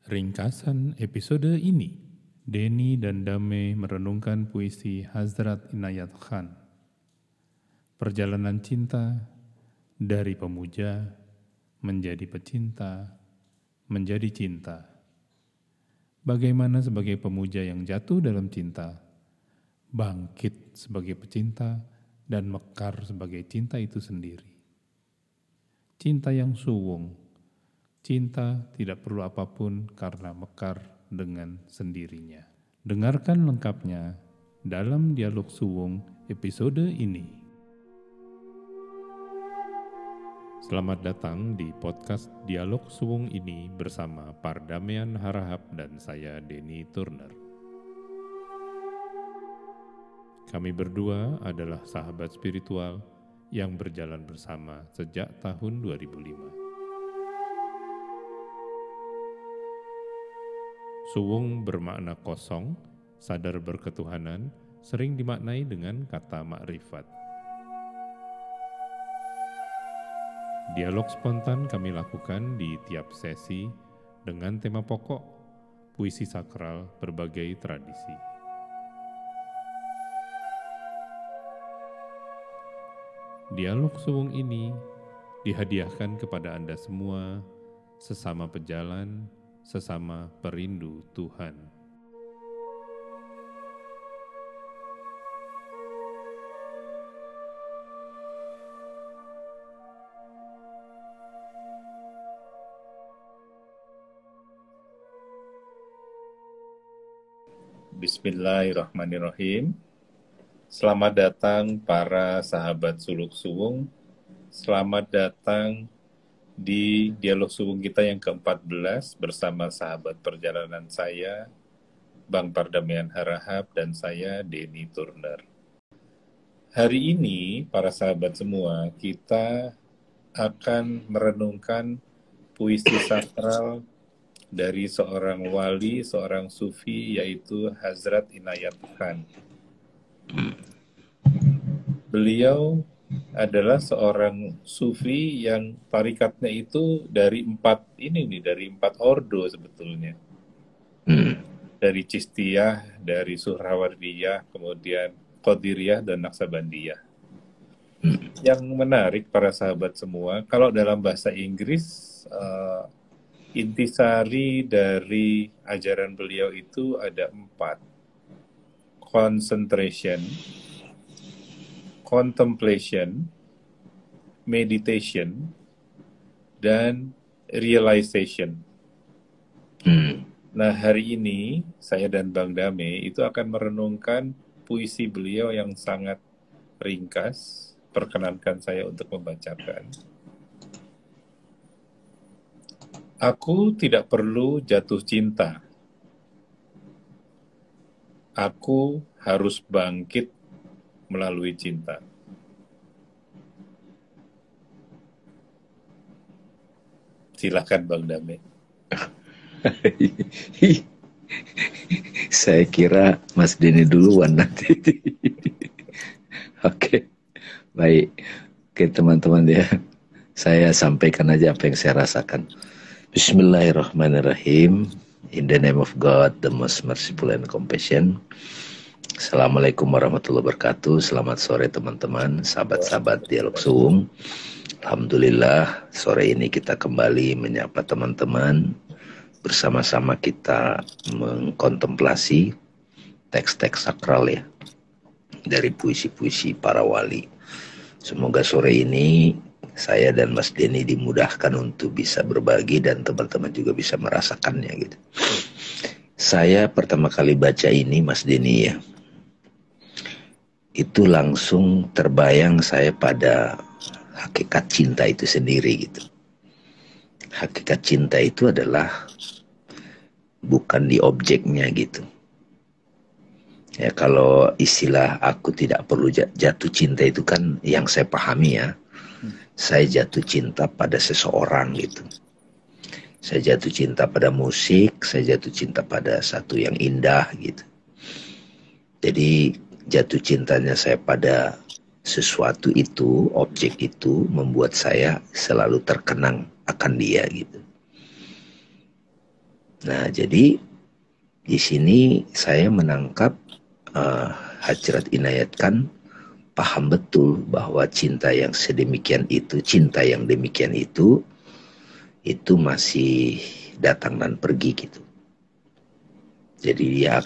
Ringkasan episode ini, Denny dan Dame merenungkan puisi Hazrat Inayat Khan. Perjalanan cinta dari pemuja menjadi pecinta, menjadi cinta. Bagaimana sebagai pemuja yang jatuh dalam cinta, bangkit sebagai pecinta, dan mekar sebagai cinta itu sendiri. Cinta yang suwung. Cinta tidak perlu apapun karena mekar dengan sendirinya. Dengarkan lengkapnya dalam Dialog Suwung episode ini. Selamat datang di podcast Dialog Suwung ini bersama Pardamaian Harahap dan saya Denny Turner. Kami berdua adalah sahabat spiritual yang berjalan bersama sejak tahun 2005. Suwung bermakna kosong, sadar berketuhanan, sering dimaknai dengan kata makrifat. Dialog spontan kami lakukan di tiap sesi dengan tema pokok, puisi sakral berbagai tradisi. Dialog suwung ini dihadiahkan kepada Anda semua, sesama pejalan, sesama perindu Tuhan. Bismillahirrahmanirrahim. Selamat datang para sahabat suluk suwung. Selamat datang di Dialog Suwung kita yang ke-14 bersama sahabat perjalanan saya, Bang Pardamaian Harahap, dan saya, Denny Turner. Hari ini, para sahabat semua, kita akan merenungkan puisi sakral dari seorang wali, seorang sufi, yaitu Hazrat Inayat Khan. Beliau adalah seorang sufi yang tarikatnya itu dari empat ordo sebetulnya. Dari Chistiyah, dari Suhrawardiyah, kemudian Qadiriyah dan Naqsabandiyah. Yang menarik para sahabat semua, kalau dalam bahasa Inggris, intisari dari ajaran beliau itu ada 4. Concentration, contemplation, meditation, dan realization. Nah, hari ini saya dan Bang Dame itu akan merenungkan puisi beliau yang sangat ringkas. Perkenankan saya untuk membacakan. Aku tidak perlu jatuh cinta. Aku harus bangkit melalui cinta. Silakan Bang Dame. Saya kira Mas Denny duluan nanti. Oke, baik. Oke teman-teman ya, saya sampaikan aja apa yang saya rasakan. Bismillahirrahmanirrahim. In the name of God, the most merciful and compassion. Assalamualaikum warahmatullahi wabarakatuh. Selamat sore teman-teman, sahabat-sahabat Dialog Suwung. Alhamdulillah, sore ini kita kembali menyapa teman-teman. Bersama-sama kita mengkontemplasi teks-teks sakral ya, dari puisi-puisi para wali. Semoga sore ini saya dan Mas Denny dimudahkan untuk bisa berbagi dan teman-teman juga bisa merasakannya gitu. Saya pertama kali baca ini Mas Denny ya, itu langsung terbayang saya pada hakikat cinta itu sendiri gitu. Hakikat cinta itu adalah bukan di objeknya gitu. Ya kalau istilah aku tidak perlu jatuh cinta itu kan yang saya pahami ya. Saya jatuh cinta pada seseorang gitu. Saya jatuh cinta pada musik, saya jatuh cinta pada satu yang indah gitu. Jadi jatuh cintanya saya pada sesuatu itu, objek itu membuat saya selalu terkenang akan dia gitu. Nah, jadi di sini saya menangkap Hajrat Inayat paham betul bahwa cinta yang sedemikian itu, cinta yang demikian itu masih datang dan pergi gitu. Jadi dia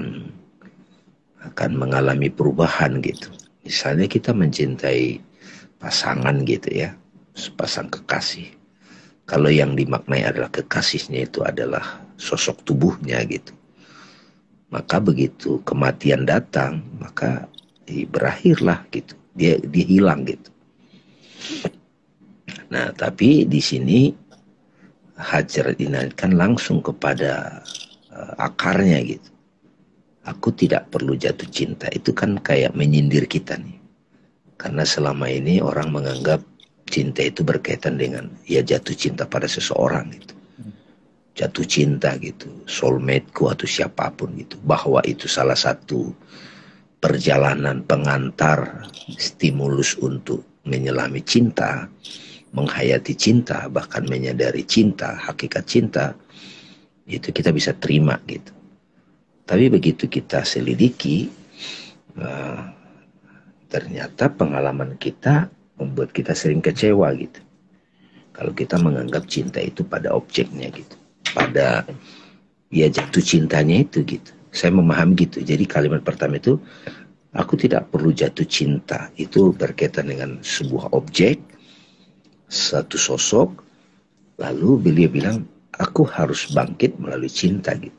akan mengalami perubahan gitu. Misalnya kita mencintai pasangan gitu ya, sepasang kekasih. Kalau yang dimaknai adalah kekasihnya itu adalah sosok tubuhnya gitu. Maka begitu kematian datang, maka berakhirlah gitu. Dia hilang gitu. Nah, tapi di sini Hajar dinaikkan langsung kepada akarnya gitu. Aku tidak perlu jatuh cinta. Itu kan kayak menyindir kita nih. Karena selama ini orang menganggap cinta itu berkaitan dengan ya jatuh cinta pada seseorang gitu. Jatuh cinta gitu, soulmate-ku atau siapapun gitu. Bahwa itu salah satu perjalanan pengantar stimulus untuk menyelami cinta, menghayati cinta, bahkan menyadari cinta, hakikat cinta, itu kita bisa terima gitu. Tapi begitu kita selidiki, ternyata pengalaman kita membuat kita sering kecewa gitu. Kalau kita menganggap cinta itu pada objeknya gitu, pada ya jatuh cintanya itu gitu. Saya memahami gitu. Jadi kalimat pertama itu, aku tidak perlu jatuh cinta. Itu berkaitan dengan sebuah objek, satu sosok. Lalu beliau bilang, aku harus bangkit melalui cinta gitu.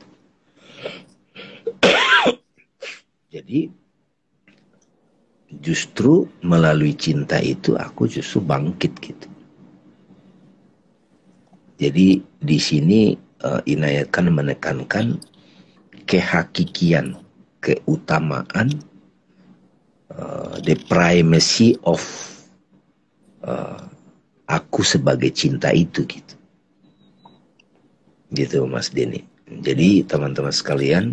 Jadi justru melalui cinta itu aku justru bangkit gitu. Jadi di sini Inayat menekankan kehakikian, keutamaan, the primacy of aku sebagai cinta itu gitu. Gitu Mas Denny. Jadi teman-teman sekalian,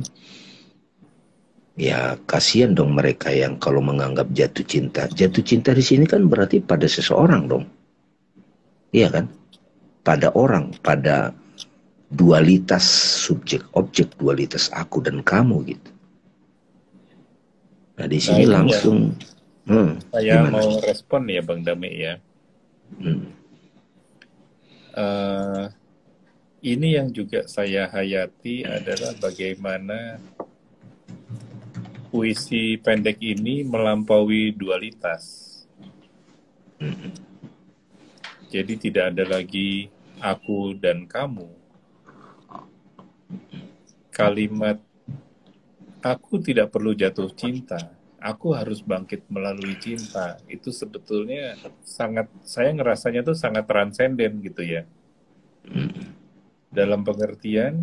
ya kasihan dong mereka yang kalau menganggap jatuh cinta. Jatuh cinta di sini kan berarti pada seseorang dong. Iya kan? Pada orang, pada dualitas subjek objek, dualitas aku dan kamu gitu. Nah di sini langsung saya gimana? Mau respon ya Bang Dame ya. Ini yang juga saya hayati adalah bagaimana puisi pendek ini melampaui dualitas. Jadi tidak ada lagi aku dan kamu. Kalimat aku tidak perlu jatuh cinta, aku harus bangkit melalui cinta. Itu sebetulnya sangat, saya ngerasanya tuh sangat transenden gitu ya. Dalam pengertian,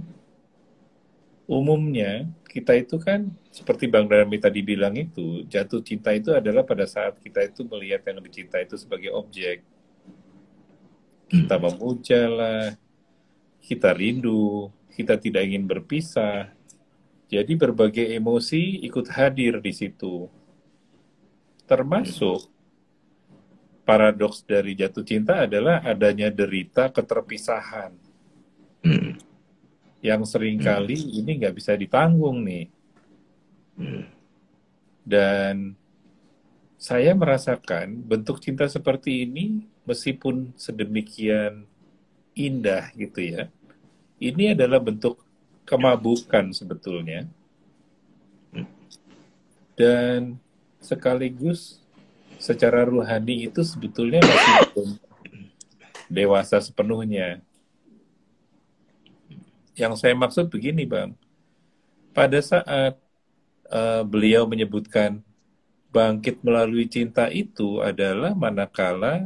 umumnya kita itu kan seperti Bang Dami tadi bilang itu, jatuh cinta itu adalah pada saat kita itu melihat yang dicinta itu sebagai objek. Kita memuja lah, kita rindu, kita tidak ingin berpisah. Jadi berbagai emosi ikut hadir di situ. Termasuk paradoks dari jatuh cinta adalah adanya derita keterpisahan. Yang seringkali ini nggak bisa ditanggung nih. Dan saya merasakan bentuk cinta seperti ini meskipun sedemikian indah gitu ya. Ini adalah bentuk kemabukan sebetulnya. Dan sekaligus secara ruhani itu sebetulnya masih belum dewasa sepenuhnya. Yang saya maksud begini Bang, pada saat beliau menyebutkan bangkit melalui cinta itu adalah manakala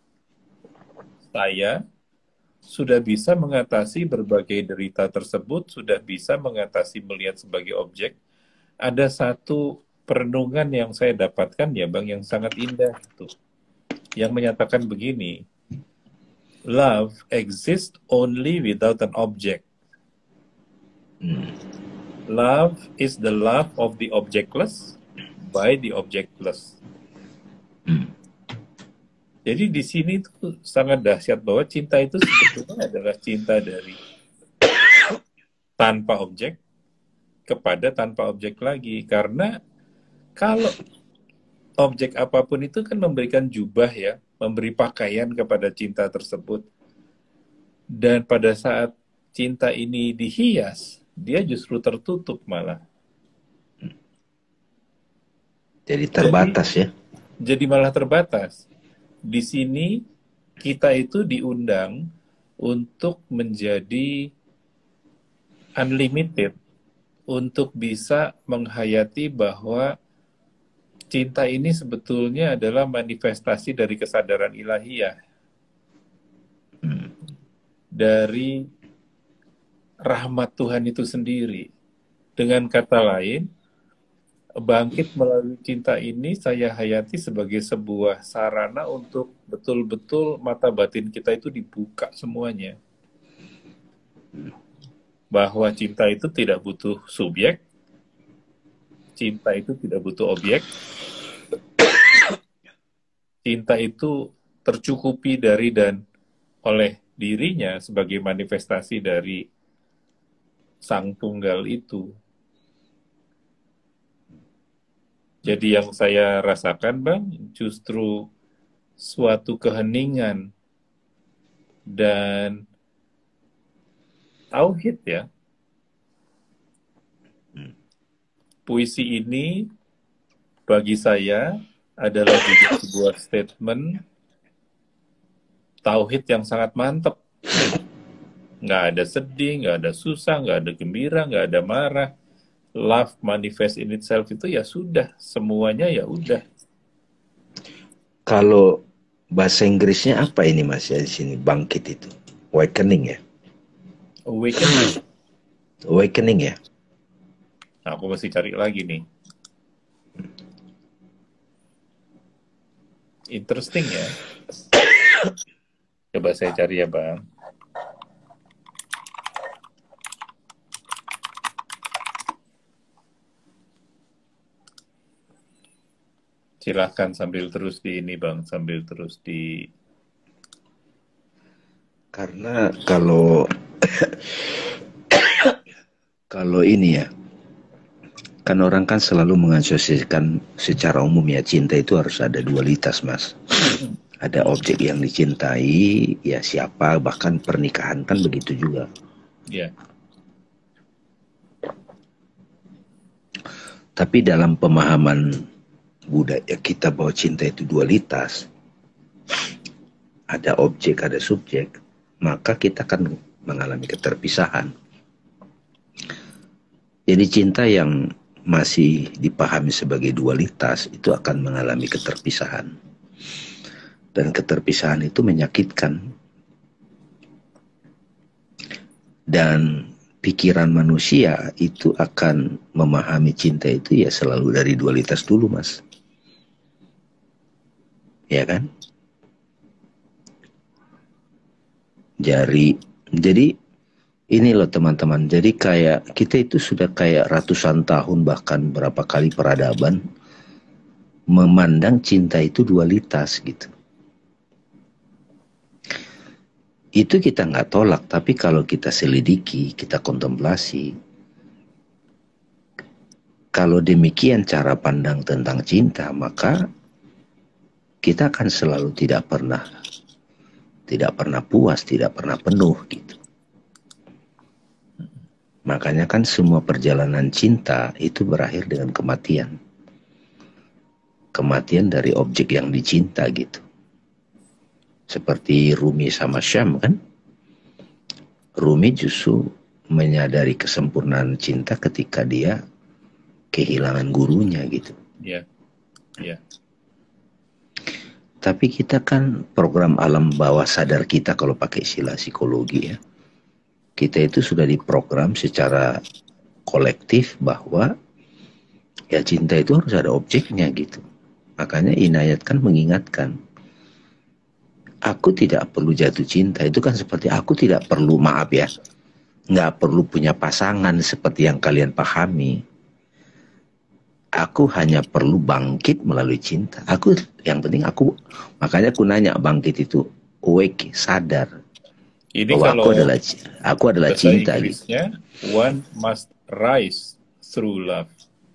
saya sudah bisa mengatasi berbagai derita tersebut, sudah bisa mengatasi melihat sebagai objek. Ada satu perenungan yang saya dapatkan ya Bang, yang sangat indah itu, yang menyatakan begini, love exists only without an object. Love is the love of the objectless by the objectless. Jadi di sini tuh sangat dahsyat bahwa cinta itu sebetulnya adalah cinta dari tanpa objek kepada tanpa objek lagi. Karena kalau objek apapun itu kan memberikan jubah ya, memberi pakaian kepada cinta tersebut. Dan pada saat cinta ini dihias, dia justru tertutup malah. Jadi terbatas ya. Jadi malah terbatas. Di sini kita itu diundang untuk menjadi unlimited, untuk bisa menghayati bahwa cinta ini sebetulnya adalah manifestasi dari kesadaran ilahiyah. Dari rahmat Tuhan itu sendiri. Dengan kata lain, bangkit melalui cinta ini saya hayati sebagai sebuah sarana untuk betul-betul mata batin kita itu dibuka semuanya. Bahwa cinta itu tidak butuh subjek, cinta itu tidak butuh objek, cinta itu tercukupi dari dan oleh dirinya sebagai manifestasi dari Sang Tunggal itu. Jadi yang saya rasakan, Bang, justru suatu keheningan dan tauhid ya. Puisi ini bagi saya adalah juga sebuah statement tauhid yang sangat mantap. Nggak ada sedih, nggak ada susah, nggak ada gembira, nggak ada marah. Love manifest in itself itu ya sudah, semuanya ya udah. Kalau bahasa Inggrisnya apa ini Mas ya di sini bangkit itu? Awakening ya? Awakening. Awakening ya? Nah, aku masih cari lagi nih. Interesting ya. Coba saya cari ya, Bang. Silahkan sambil terus di ini, Bang. Sambil terus di... Karena kalau kalau ini ya, kan orang kan selalu mengasosiasikan secara umum ya cinta itu harus ada dualitas Mas. Ada objek yang dicintai, ya siapa, bahkan pernikahan kan begitu juga. Ya. Tapi dalam pemahaman budaya kita bahwa cinta itu dualitas, ada objek, ada subjek, maka kita akan mengalami keterpisahan. Jadi cinta yang masih dipahami sebagai dualitas itu akan mengalami keterpisahan. Dan keterpisahan itu menyakitkan. Dan pikiran manusia itu akan memahami cinta itu ya selalu dari dualitas dulu Mas. Ya kan? Jadi ini loh teman-teman, jadi kayak kita itu sudah kayak ratusan tahun bahkan berapa kali peradaban memandang cinta itu dualitas gitu. Itu kita nggak tolak, tapi kalau kita selidiki, kita kontemplasi, kalau demikian cara pandang tentang cinta, maka kita akan selalu tidak pernah puas, tidak pernah penuh gitu. Makanya kan semua perjalanan cinta itu berakhir dengan kematian. Kematian dari objek yang dicinta gitu. Seperti Rumi sama Syam kan. Rumi justru menyadari kesempurnaan cinta ketika dia kehilangan gurunya gitu. Iya. Iya. Tapi kita kan program alam bawah sadar kita kalau pakai istilah psikologi ya. Kita itu sudah diprogram secara kolektif bahwa ya cinta itu harus ada objeknya gitu. Makanya Inayat kan mengingatkan, aku tidak perlu jatuh cinta. Itu kan seperti aku tidak perlu, maaf ya, nggak perlu punya pasangan seperti yang kalian pahami. Aku hanya perlu bangkit melalui cinta. Yang penting aku, makanya aku nanya bangkit itu awake, sadar. Ini Bahwa kalau aku adalah bahasa cinta gitu. Inggrisnya, one must rise through love.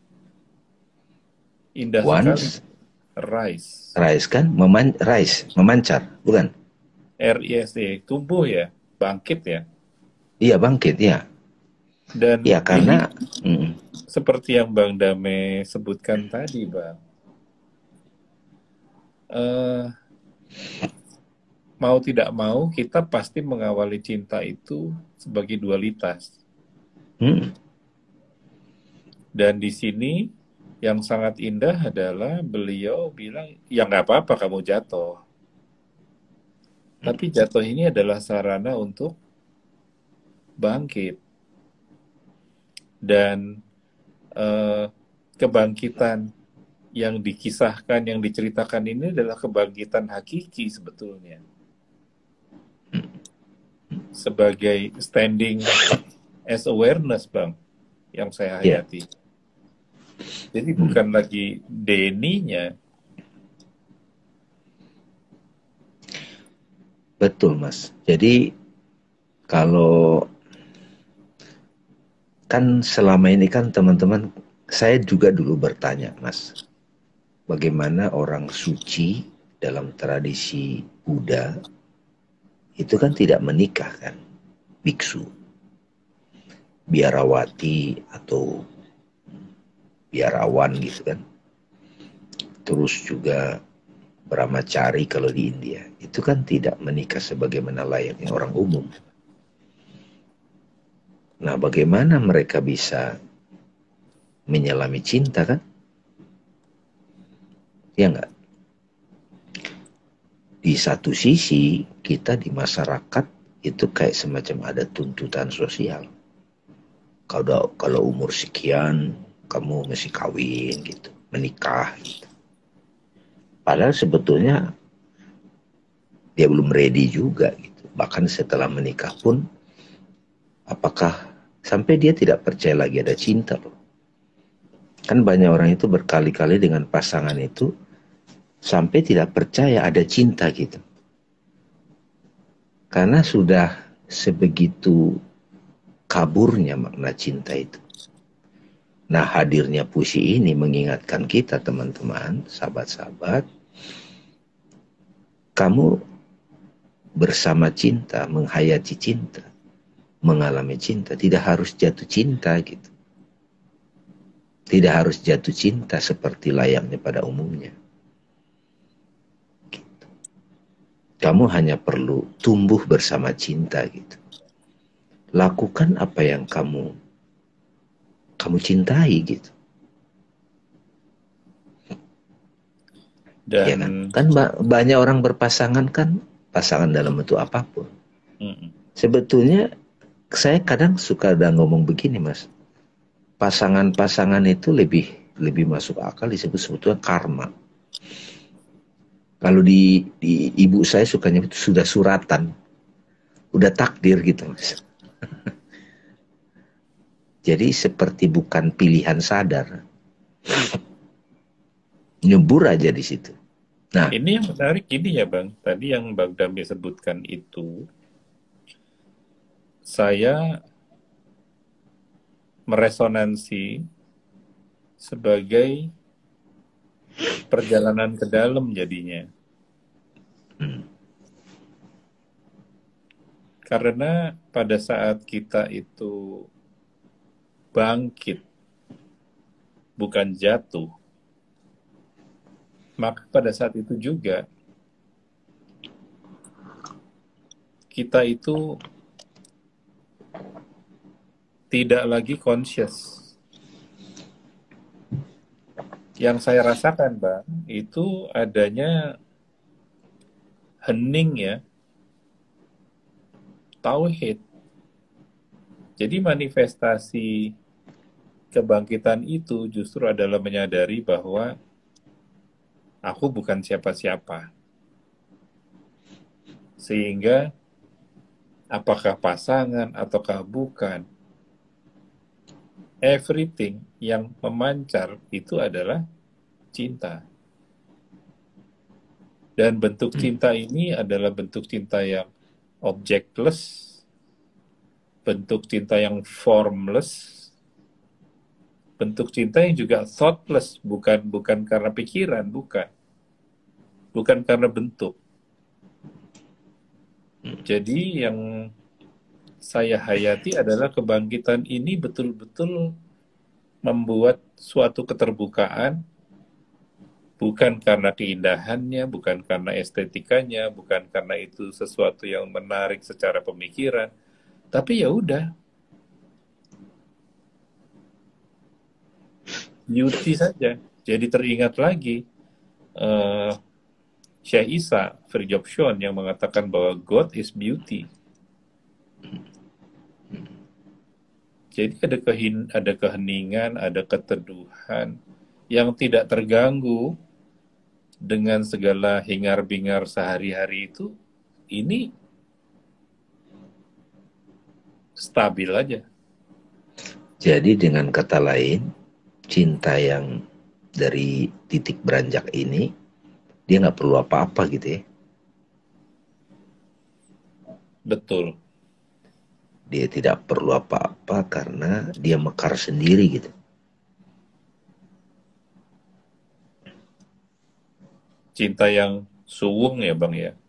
Indah sekali. Once Rise. rise kan, memancar, bukan? R-I-S-E. Tumbuh ya. Bangkit ya. Iya bangkit ya. Dan Ya ini karena seperti yang Bang Dame sebutkan tadi, Bang. Mau tidak mau, kita pasti mengawali cinta itu sebagai dualitas. Dan di sini yang sangat indah adalah beliau bilang, ya nggak apa-apa kamu jatuh. Tapi jatuh ini adalah sarana untuk bangkit. Dan kebangkitan yang dikisahkan, yang diceritakan ini adalah kebangkitan hakiki sebetulnya. Sebagai standing as awareness, Bang, yang saya hayati. Jadi bukan lagi Denny-nya. Betul, Mas. Jadi kalau kan selama ini kan teman-teman, saya juga dulu bertanya, Mas, bagaimana orang suci dalam tradisi Buddha itu kan tidak menikah kan, biksu, biarawati atau biarawan gitu kan. Terus juga brahmachari kalau di India, itu kan tidak menikah sebagaimana layaknya orang umum. Nah, bagaimana mereka bisa menyelami cinta kan? Ya enggak? Di satu sisi, kita di masyarakat itu kayak semacam ada tuntutan sosial. Kalau umur sekian, kamu mesti kawin gitu, menikah gitu. Padahal sebetulnya dia belum ready juga gitu. Bahkan setelah menikah pun, apakah sampai dia tidak percaya lagi ada cinta loh. Kan banyak orang itu berkali-kali dengan pasangan itu sampai tidak percaya ada cinta gitu. Karena sudah sebegitu kaburnya makna cinta itu. Nah, hadirnya puisi ini mengingatkan kita teman-teman, sahabat-sahabat, kamu bersama cinta, menghayati cinta, mengalami cinta, tidak harus jatuh cinta gitu. Tidak harus jatuh cinta seperti layaknya pada umumnya. Gitu. Kamu hanya perlu tumbuh bersama cinta gitu. Lakukan apa yang kamu cintai gitu. Dan ya kan banyak orang berpasangan kan, pasangan dalam bentuk apapun. Sebetulnya saya kadang suka ada ngomong begini, Mas. Pasangan-pasangan itu lebih masuk akal disebut sebetulnya karma. Kalau di ibu saya sukanya itu sudah suratan, udah takdir gitu, Mas. Jadi seperti bukan pilihan sadar, nyebur aja di situ. Nah, ini yang menarik ini ya, Bang. Tadi yang Bang Dami sebutkan itu, saya meresonansi sebagai perjalanan ke dalam jadinya. Karena pada saat kita itu bangkit, bukan jatuh, maka pada saat itu juga kita itu tidak lagi conscious. Yang saya rasakan, Bang, itu adanya hening ya, tauhid. Jadi manifestasi kebangkitan itu justru adalah menyadari bahwa aku bukan siapa-siapa. Sehingga apakah pasangan ataukah bukan, everything yang memancar itu adalah cinta. Dan bentuk cinta ini adalah bentuk cinta yang objectless, bentuk cinta yang formless, bentuk cinta yang juga thoughtless, bukan karena pikiran, bukan karena bentuk. Jadi yang saya hayati adalah kebangkitan ini betul-betul membuat suatu keterbukaan, bukan karena keindahannya, bukan karena estetikanya, bukan karena itu sesuatu yang menarik secara pemikiran, tapi ya udah, beauty saja. Jadi teringat lagi Syekh Isa, Fridtjof yang mengatakan bahwa God is beauty. Jadi ada keheningan, ada keteduhan yang tidak terganggu dengan segala hingar-bingar sehari-hari itu. Ini stabil aja. Jadi dengan kata lain, cinta yang dari titik beranjak ini, dia nggak perlu apa-apa gitu ya. Betul. Dia tidak perlu apa-apa karena dia mekar sendiri gitu. Cinta yang suwung ya Bang ya.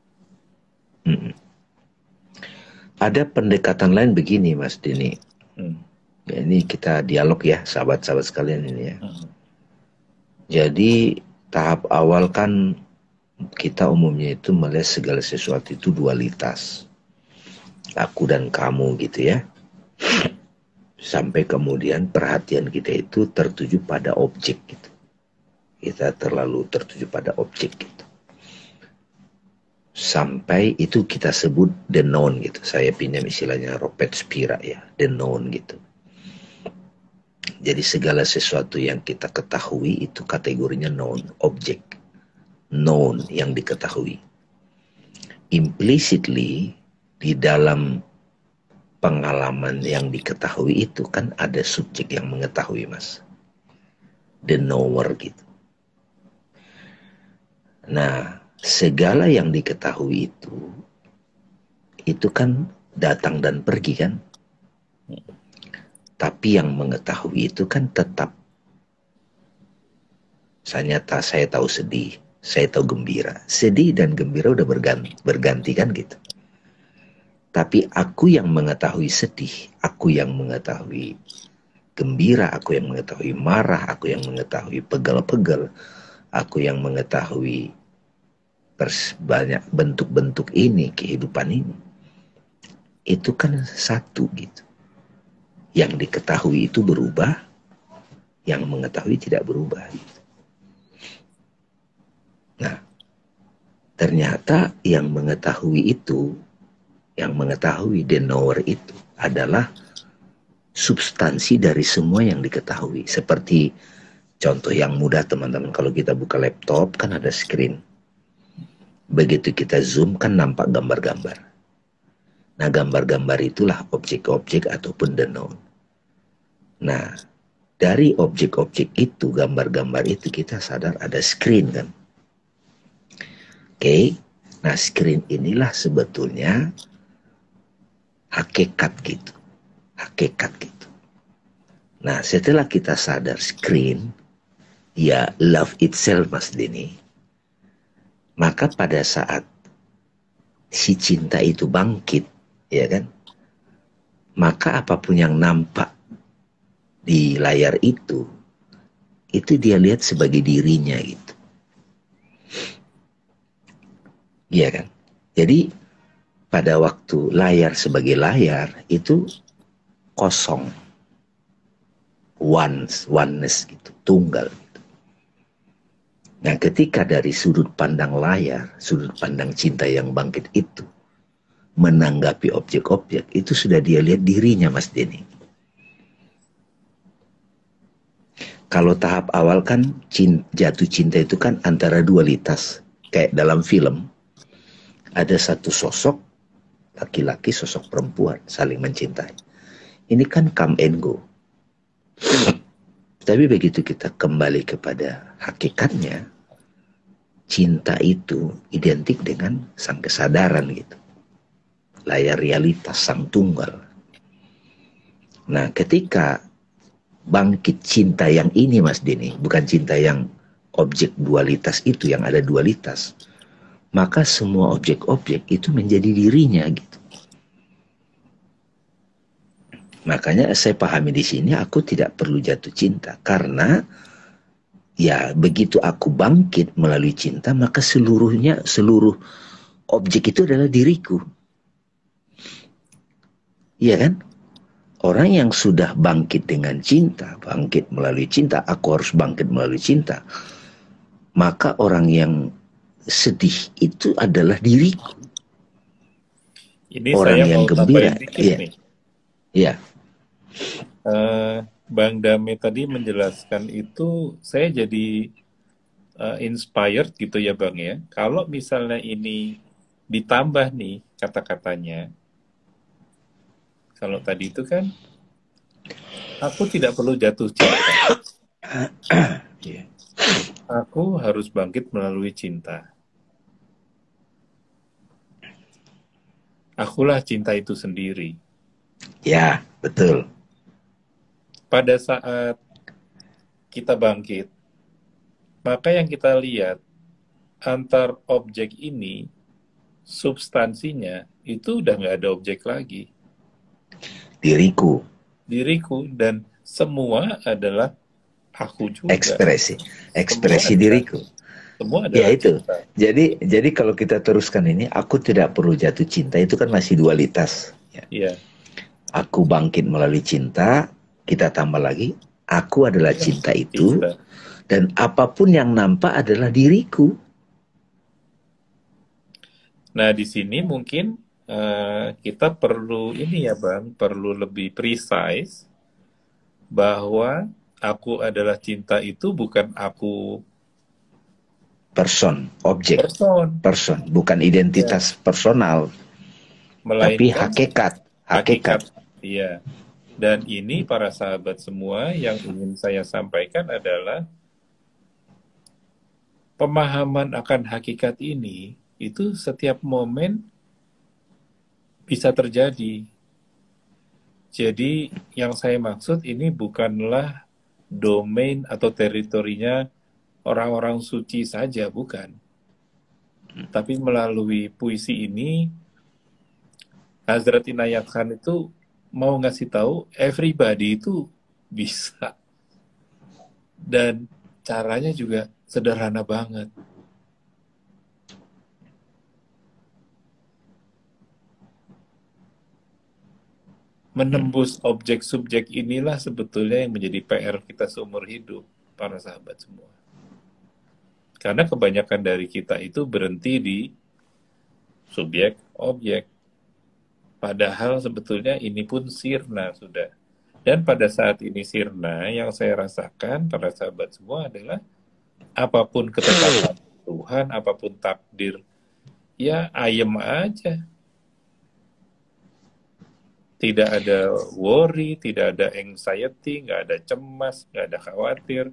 Ada pendekatan lain begini Mas Dini. Ya, ini kita dialog ya sahabat-sahabat sekalian ini ya. Jadi tahap awal kan kita umumnya itu melihat segala sesuatu itu dualitas. Aku dan kamu gitu ya. Sampai kemudian perhatian kita itu tertuju pada objek gitu. Kita terlalu tertuju pada objek gitu. Sampai itu kita sebut the known gitu. Saya pinjam istilahnya Robert Spira ya, the known gitu. Jadi segala sesuatu yang kita ketahui itu kategorinya known, objek. Known yang diketahui. Implicitly di dalam pengalaman yang diketahui itu kan ada subjek yang mengetahui Mas. The knower gitu. Nah, segala yang diketahui itu kan datang dan pergi kan. Tapi yang mengetahui itu kan tetap. Saya tahu sedih, saya tahu gembira. Sedih dan gembira udah berganti kan gitu. Tapi aku yang mengetahui sedih, aku yang mengetahui gembira, aku yang mengetahui marah, aku yang mengetahui pegel-pegel, aku yang mengetahui banyak bentuk-bentuk ini, kehidupan ini. Itu kan satu gitu. Yang diketahui itu berubah, yang mengetahui tidak berubah. Gitu. Nah, ternyata yang mengetahui itu, yang mengetahui the knower itu adalah substansi dari semua yang diketahui. Seperti contoh yang mudah teman-teman, kalau kita buka laptop kan ada screen. Begitu kita zoom kan nampak gambar-gambar. Nah gambar-gambar itulah objek-objek ataupun the known. Nah dari objek-objek itu, gambar-gambar itu kita sadar ada screen kan. Oke. Nah screen inilah sebetulnya hakikat gitu. Hakikat gitu. Nah setelah kita sadar screen, ya love itself Mas Denny. Maka pada saat si cinta itu bangkit, ya kan? Maka apapun yang nampak di layar itu dia lihat sebagai dirinya gitu. Iya kan? Jadi pada waktu layar sebagai layar itu kosong. Oneness gitu, tunggal. Nah ketika dari sudut pandang layar, sudut pandang cinta yang bangkit itu menanggapi objek-objek, itu sudah dia lihat dirinya Mas Denny. Kalau tahap awal kan jatuh cinta itu kan antara dualitas. Kayak dalam film, ada satu sosok laki-laki, sosok perempuan saling mencintai. Ini kan come and go. Tapi begitu kita kembali kepada hakikatnya, cinta itu identik dengan sang kesadaran gitu. layar realitas sang tunggal. Nah, ketika bangkit cinta yang ini, Mas Denny, bukan cinta yang objek dualitas itu, yang ada dualitas, maka semua objek-objek itu menjadi dirinya gitu. Makanya saya pahami di sini aku tidak perlu jatuh cinta, karena ya begitu aku bangkit melalui cinta, maka seluruh objek itu adalah diriku. Iya kan? Orang yang sudah bangkit dengan cinta, bangkit melalui cinta, aku harus bangkit melalui cinta. Maka orang yang sedih itu adalah diriku. Ini orang saya yang mau gembira. tambahin dikit Iya. nih. Iya. Bang Dame tadi menjelaskan itu, saya jadi inspired gitu ya Bang ya. Kalau misalnya ini ditambah nih kata-katanya, kalau tadi itu kan, aku tidak perlu jatuh cinta. Aku harus bangkit melalui cinta. Akulah cinta itu sendiri. Ya, betul. Pada saat kita bangkit, maka yang kita lihat antar objek ini, substansinya itu udah nggak ada objek lagi. Diriku. Dan semua adalah aku juga. Ekspresi diriku. Semua adalah ya itu. cinta. Jadi kalau kita teruskan ini, aku tidak perlu jatuh cinta, itu kan masih dualitas. Iya. Aku bangkit melalui cinta, kita tambah lagi, aku adalah cinta itu, dan apapun yang nampak adalah diriku. Nah di sini mungkin kita perlu ini ya Bang, perlu lebih precise bahwa aku adalah cinta itu bukan aku objek, bukan identitas personal, tapi hakikat. Iya. Dan ini para sahabat semua yang ingin saya sampaikan adalah pemahaman akan hakikat ini itu setiap momen bisa terjadi. Jadi yang saya maksud ini bukanlah domain atau teritorinya orang-orang suci saja, bukan. Tapi melalui puisi ini, Hazrat Inayat Khan itu mau ngasih tahu everybody itu bisa. Dan caranya juga sederhana banget. Menembus objek subjek inilah sebetulnya yang menjadi PR kita seumur hidup, para sahabat semua. Karena kebanyakan dari kita itu berhenti di subjek, objek. Padahal sebetulnya ini pun sirna sudah. Dan pada saat ini sirna, yang saya rasakan para sahabat semua adalah apapun ketetapan Tuhan, apapun takdir, ya ayem aja. Tidak ada worry, tidak ada anxiety, nggak ada cemas, nggak ada khawatir.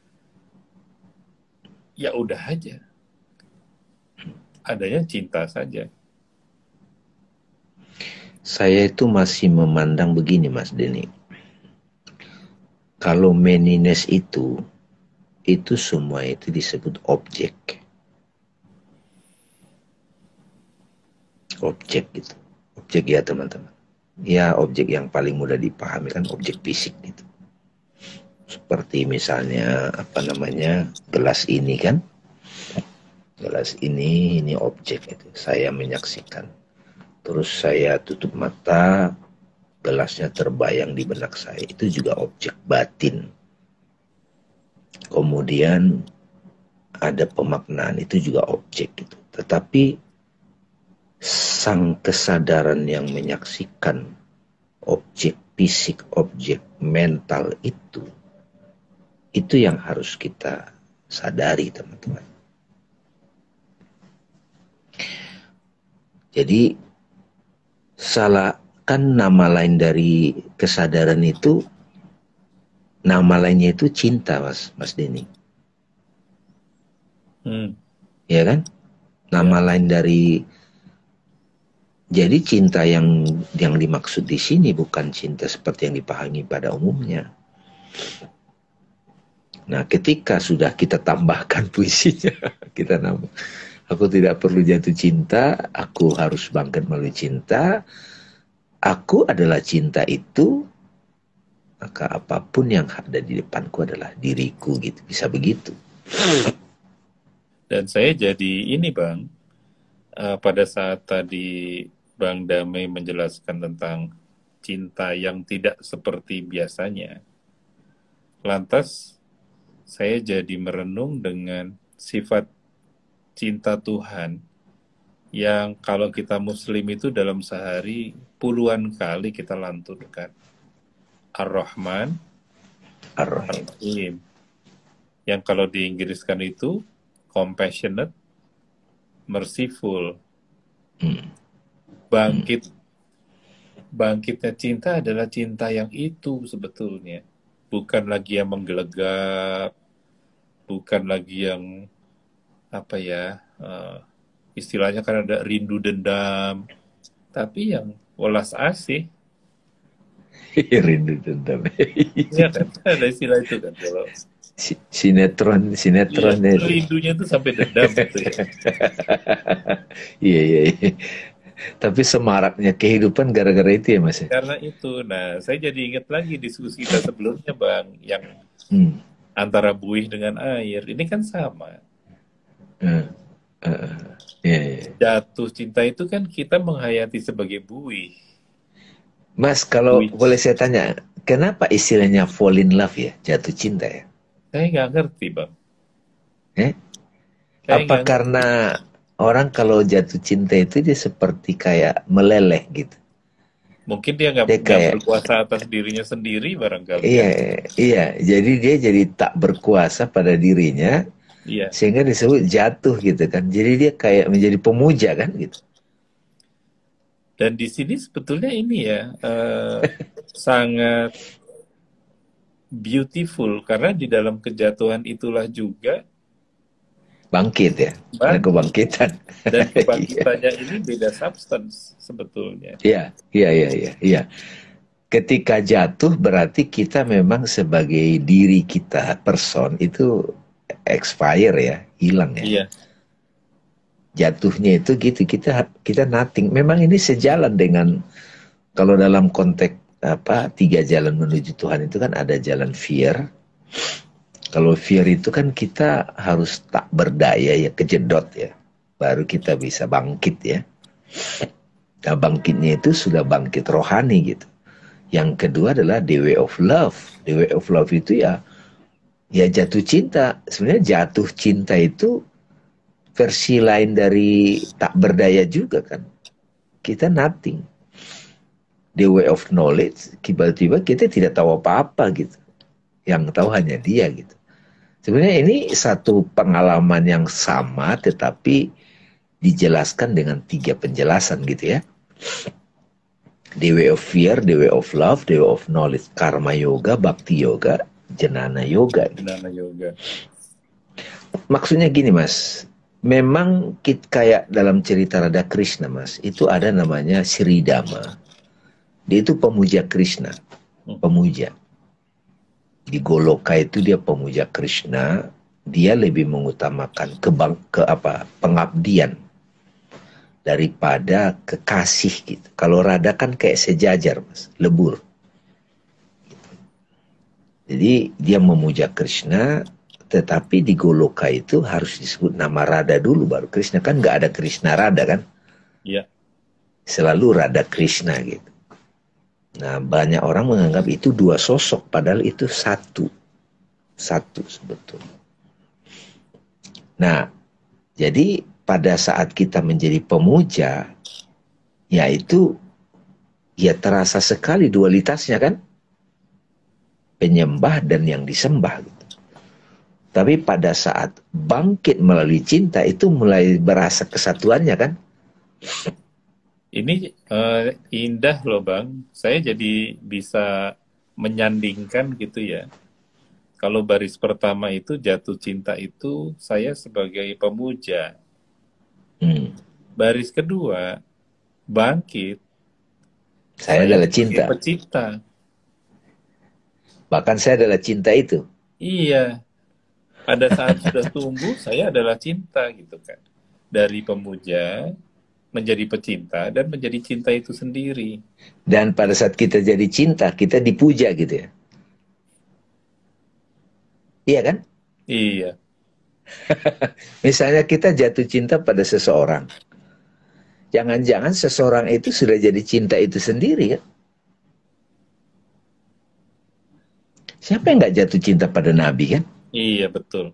Ya udah aja. Adanya cinta saja. Saya itu masih memandang begini, Mas Denny. Kalau manyness itu semua itu disebut objek. Objek gitu. Objek ya teman-teman. Ya objek yang paling mudah dipahami kan objek fisik gitu. Seperti misalnya gelas ini kan. Gelas ini objek itu. Saya menyaksikan. Terus saya tutup mata, gelasnya terbayang di benak saya. Itu juga objek batin. Kemudian ada pemaknaan, itu juga objek gitu. Tetapi sang kesadaran yang menyaksikan objek fisik, objek mental itu yang harus kita sadari, teman-teman. Jadi kan nama lain dari kesadaran itu, nama lainnya itu cinta, Mas Denny. Ya kan? Nama lain dari Jadi cinta yang dimaksud di sini bukan cinta seperti yang dipahami pada umumnya. Nah, ketika sudah kita tambahkan puisinya, kita nambah. Aku tidak perlu jatuh cinta, aku harus bangkit melalui cinta. Aku adalah cinta itu, maka apapun yang ada di depanku adalah diriku gitu. Bisa begitu. Dan saya jadi ini Bang, pada saat tadi Bang Damai menjelaskan tentang cinta yang tidak seperti biasanya, lantas saya jadi merenung dengan sifat cinta Tuhan yang kalau kita Muslim itu dalam sehari puluhan kali kita lantunkan. Ar-Rahman, Ar-Rahim. Ar-Rahim. Yang kalau diinggriskan itu compassionate, merciful. Bangkitnya cinta adalah cinta yang itu sebetulnya. Bukan lagi yang menggelegap, bukan lagi yang istilahnya kan ada rindu dendam, tapi yang welas asih. Rindu dendam. Iya kan, ada istilah itu kan kalau Sinetron iya, itu. rindunya tuh sampai dendam gitu ya. Iya. Tapi semaraknya kehidupan gara-gara itu ya Mas. Karena itu, nah saya jadi ingat lagi diskusi kita sebelumnya Bang, yang antara buih dengan air, ini kan sama. Jatuh cinta itu kan kita menghayati sebagai buih. Mas, kalau boleh saya tanya, kenapa istilahnya fall in love ya, jatuh cinta ya? Saya nggak ngerti Bang. Apa karena orang kalau jatuh cinta itu dia seperti kayak meleleh gitu? Mungkin dia nggak berkuasa atas dirinya sendiri barangkali. Iya. Jadi dia jadi tak berkuasa pada dirinya, sehingga disebut jatuh gitu kan. Jadi dia kayak menjadi pemuja kan gitu. Dan di sini sebetulnya ini ya sangat beautiful karena di dalam kejatuhan itulah juga bangkit ya, ada kebangkitan. Dan kebangkitannya ini beda substance sebetulnya. Iya. Ketika jatuh berarti kita memang sebagai diri kita, person itu expire ya, hilang ya. Iya. Jatuhnya itu gitu, kita nothing. Memang ini sejalan dengan kalau dalam konteks tiga jalan menuju Tuhan itu kan ada jalan fear. Kalau fear itu kan kita harus tak berdaya ya, kejedot ya, baru kita bisa bangkit ya. Nah bangkitnya itu sudah bangkit rohani gitu. Yang kedua adalah the way of love. The way of love itu ya jatuh cinta. Sebenarnya jatuh cinta itu versi lain dari tak berdaya juga kan. Kita nothing. The way of knowledge, tiba-tiba kita tidak tahu apa-apa gitu. Yang tahu hanya dia gitu. Sebenarnya ini satu pengalaman yang sama tetapi dijelaskan dengan 3 penjelasan gitu ya. The way of fear, the way of love, the way of knowledge. Karma yoga, bhakti yoga, jnana yoga. Jnana yoga. Maksudnya gini Mas, memang kayak dalam cerita Radha Krishna Mas, itu ada namanya Sri Dhamma. Dia itu pemuja Krishna, pemuja. Di Goloka itu dia pemuja Krishna, dia lebih mengutamakan pengabdian daripada kekasih gitu. Kalau Radha kan kayak sejajar Mas, lebur. Jadi dia memuja Krishna, tetapi di Goloka itu harus disebut nama Radha dulu baru Krishna, kan nggak ada Krishna Radha kan? Iya. Selalu Radha Krishna gitu. Nah banyak orang menganggap itu 2 sosok, padahal itu satu sebetulnya. Nah jadi pada saat kita menjadi pemuja, yaitu ya terasa sekali dualitasnya kan, penyembah dan yang disembah gitu. Tapi pada saat bangkit melalui cinta itu mulai berasa kesatuannya kan. Ini indah loh Bang, saya jadi bisa menyandingkan gitu ya. Kalau baris pertama itu jatuh cinta itu saya sebagai pemuja. Baris kedua bangkit. Saya adalah sebagai cinta. pencipta. Bahkan saya adalah cinta itu. Iya, pada saat sudah tumbuh, saya adalah cinta gitu kan. Dari pemuja menjadi pecinta dan menjadi cinta itu sendiri. Dan pada saat kita jadi cinta, kita dipuja gitu ya. Iya kan? Iya, Misalnya kita jatuh cinta pada seseorang. Jangan-jangan seseorang itu sudah jadi cinta itu sendiri kan? Siapa yang nggak jatuh cinta pada Nabi kan? iya betul.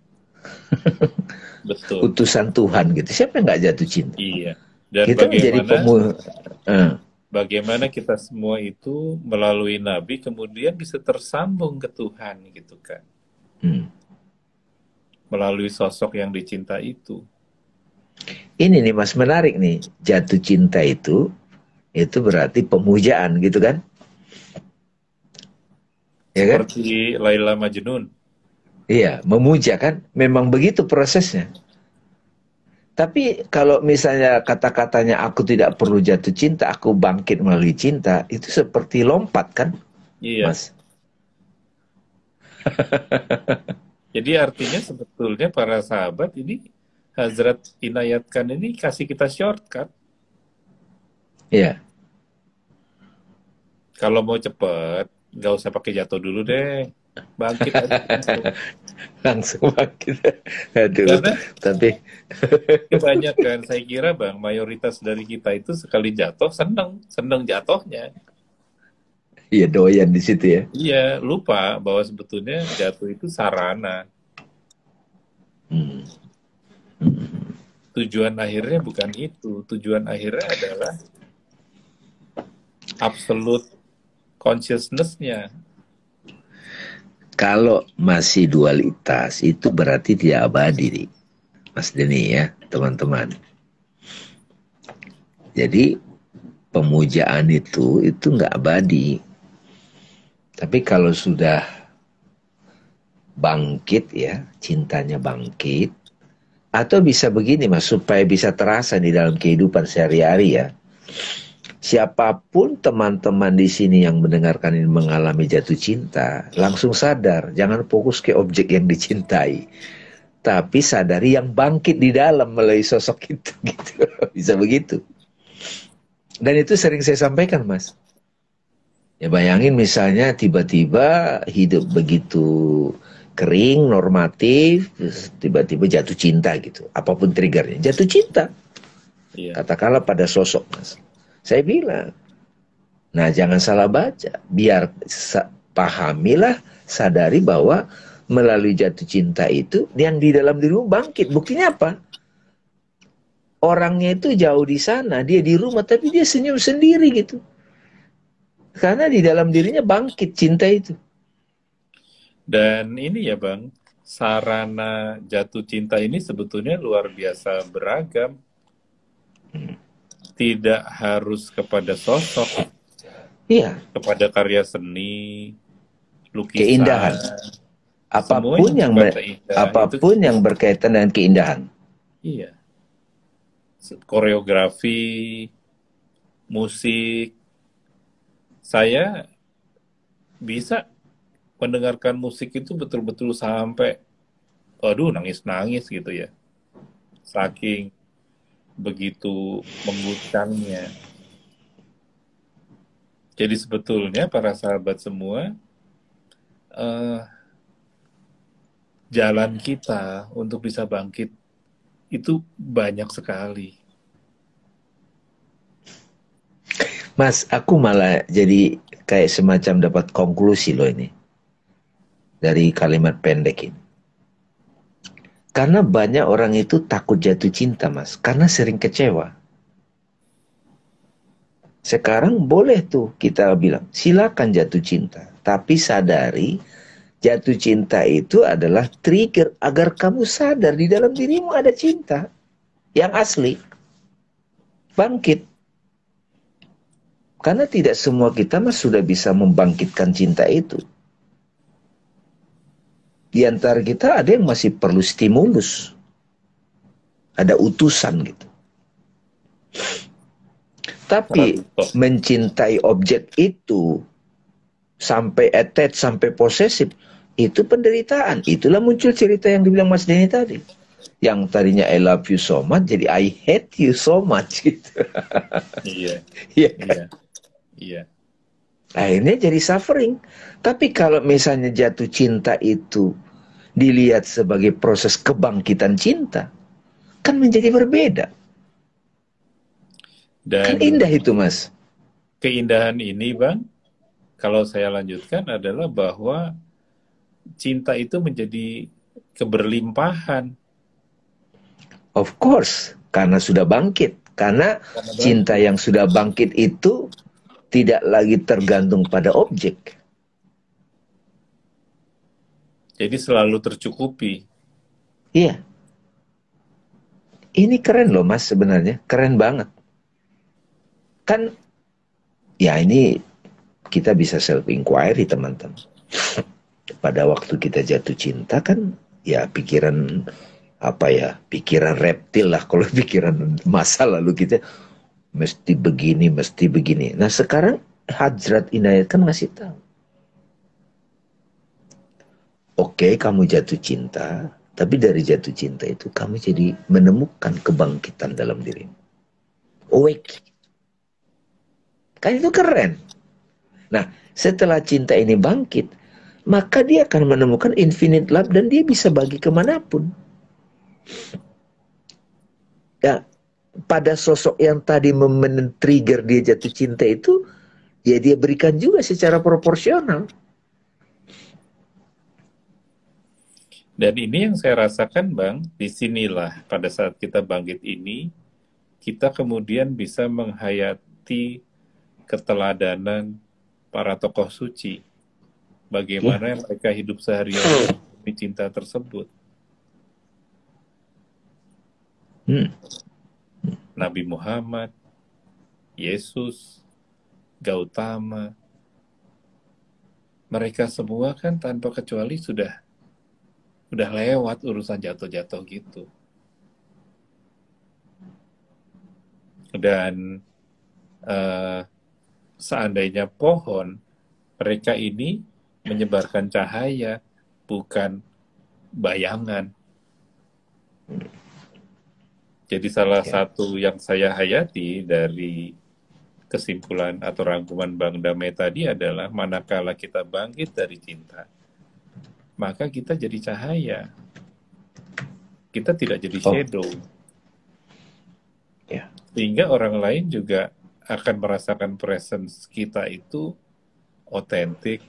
Betul. Utusan Tuhan gitu. Siapa yang nggak jatuh cinta? Iya. Dan Kita menjadi bagaimana kita semua itu melalui Nabi kemudian bisa tersambung ke Tuhan gitu kan. Melalui sosok yang dicinta itu. Ini nih Mas, menarik nih. Jatuh cinta itu berarti pemujaan gitu kan? Ya kan? Seperti Laila Majnun. Iya, memuja kan? Memang begitu prosesnya. Tapi kalau misalnya kata-katanya aku tidak perlu jatuh cinta, aku bangkit melalui cinta, itu seperti lompat kan, Iya. Mas? Jadi artinya sebetulnya para sahabat ini Hazrat inayatkan ini kasih kita shortcut. Iya. Kalau mau cepet, nggak usah pakai jatuh dulu deh. Bangkit aja langsung. Langsung bangkit. Aduh, Karena tapi kebanyakan saya kira Bang, mayoritas dari kita itu sekali jatuh seneng jatuhnya. iya doyan di situ ya. Iya, lupa bahwa sebetulnya jatuh itu sarana. Tujuan akhirnya bukan itu. Tujuan akhirnya adalah absolute consciousness-nya. Kalau masih dualitas, itu berarti tidak abadi nih, Mas Denny ya, teman-teman. Jadi pemujaan itu nggak abadi. Tapi kalau sudah bangkit ya, cintanya bangkit, atau bisa begini Mas, supaya bisa terasa di dalam kehidupan sehari-hari ya. Siapapun teman-teman di sini yang mendengarkan ini mengalami jatuh cinta, langsung sadar, jangan fokus ke objek yang dicintai, tapi sadari yang bangkit di dalam melalui sosok itu, gitu. Bisa begitu. Dan itu sering saya sampaikan, Mas. Ya bayangin misalnya tiba-tiba hidup begitu kering, normatif, tiba-tiba jatuh cinta gitu. Apapun triggernya, jatuh cinta. Iya. Katakanlah pada sosok, Mas. Saya bilang, nah jangan salah baca. Biar pahamilah, sadari bahwa melalui jatuh cinta itu, yang di dalam dirimu bangkit. Buktinya apa? Orangnya itu jauh di sana, dia di rumah, tapi dia senyum sendiri gitu. Karena di dalam dirinya bangkit cinta itu. Dan ini ya Bang, sarana jatuh cinta ini sebetulnya luar biasa beragam. Tidak harus kepada sosok, iya, kepada karya seni, lukisan, keindahan. Apapun yang berkaitan dengan keindahan. Iya. Koreografi, musik. Saya bisa mendengarkan musik itu betul-betul sampai aduh nangis-nangis gitu ya. Saking begitu mengguncangnya. Jadi sebetulnya para sahabat semua, jalan kita untuk bisa bangkit itu banyak sekali. Mas, aku malah jadi kayak semacam dapat konklusi loh ini. Dari kalimat pendek ini. Karena banyak orang itu takut jatuh cinta, Mas. Karena sering kecewa. Sekarang boleh tuh kita bilang, silakan jatuh cinta. Tapi sadari, jatuh cinta itu adalah trigger agar kamu sadar di dalam dirimu ada cinta. Yang asli. Bangkit. Karena tidak semua kita Mas sudah bisa membangkitkan cinta itu. Di antara kita ada yang masih perlu stimulus. Ada utusan gitu. Tapi mencintai objek itu sampai attach, sampai posesif, itu penderitaan. Itulah muncul cerita yang dibilang Mas Denny tadi. Yang tadinya I love you so much, jadi I hate you so much gitu. Iya. Iya kan? Iya. Akhirnya jadi suffering. Tapi kalau misalnya jatuh cinta itu dilihat sebagai proses kebangkitan cinta, kan menjadi berbeda. Dan Kan indah itu, Mas. keindahan ini, Bang, kalau saya lanjutkan adalah bahwa cinta itu menjadi keberlimpahan. Of course, karena sudah bangkit. Karena cinta yang sudah bangkit itu tidak lagi tergantung pada objek. Jadi selalu tercukupi. Iya. Ini keren loh, Mas, sebenarnya. Keren banget. Kan, ya ini kita bisa self-inquiry, teman-teman. Pada waktu kita jatuh cinta kan, ya pikiran, pikiran reptil lah. Kalau pikiran masa lalu kita, mesti begini, mesti begini. Nah sekarang Hadrat Inayat kan ngasih tahu. Oke, kamu jatuh cinta, tapi dari jatuh cinta itu kamu jadi menemukan kebangkitan dalam dirimu. Awake. Kan itu keren. Nah, setelah cinta ini bangkit, maka dia akan menemukan infinite love dan dia bisa bagi kemanapun. Ya, pada sosok yang tadi men-trigger dia jatuh cinta itu, ya dia berikan juga secara proporsional. Dan ini yang saya rasakan, Bang, disinilah pada saat kita bangkit ini, kita kemudian bisa menghayati keteladanan para tokoh suci. Bagaimana mereka hidup sehari-hari demi cinta tersebut. Nabi Muhammad, Yesus, Gautama, mereka semua kan tanpa kecuali sudah lewat urusan jatuh-jatuh gitu. Dan seandainya pohon, mereka ini menyebarkan cahaya, bukan bayangan. Jadi salah satu yang saya hayati dari kesimpulan atau rangkuman Bang Damai tadi adalah manakala kita bangkit dari cinta, maka kita jadi cahaya. Kita tidak jadi shadow. Sehingga orang lain juga akan merasakan presence kita itu otentik,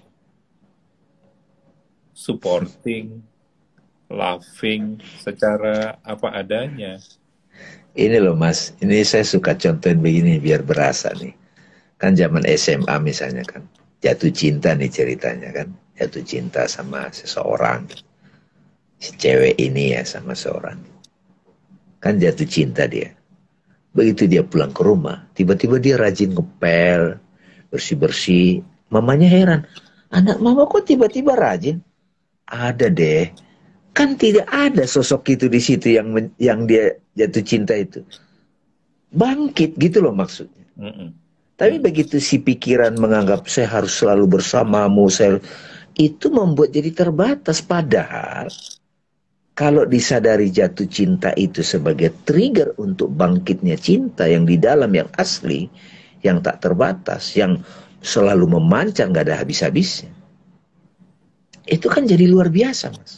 supporting, loving, secara apa adanya. Ini loh Mas, ini saya suka contohin begini biar berasa nih. Kan zaman SMA misalnya kan, jatuh cinta nih ceritanya kan. Jatuh cinta sama seseorang. Si cewek ini ya sama seorang. Kan jatuh cinta dia. Begitu dia pulang ke rumah, tiba-tiba dia rajin ngepel, bersih-bersih. Mamanya heran, anak mama kok tiba-tiba rajin? Ada deh. Kan tidak ada sosok itu di situ yang dia jatuh cinta itu. Bangkit gitu loh maksudnya. Tapi begitu si pikiran menganggap saya harus selalu bersamamu, itu membuat jadi terbatas. Padahal kalau disadari jatuh cinta itu sebagai trigger untuk bangkitnya cinta yang di dalam, yang asli, yang tak terbatas, yang selalu memancar, gak ada habis-habisnya. Itu kan jadi luar biasa, Mas.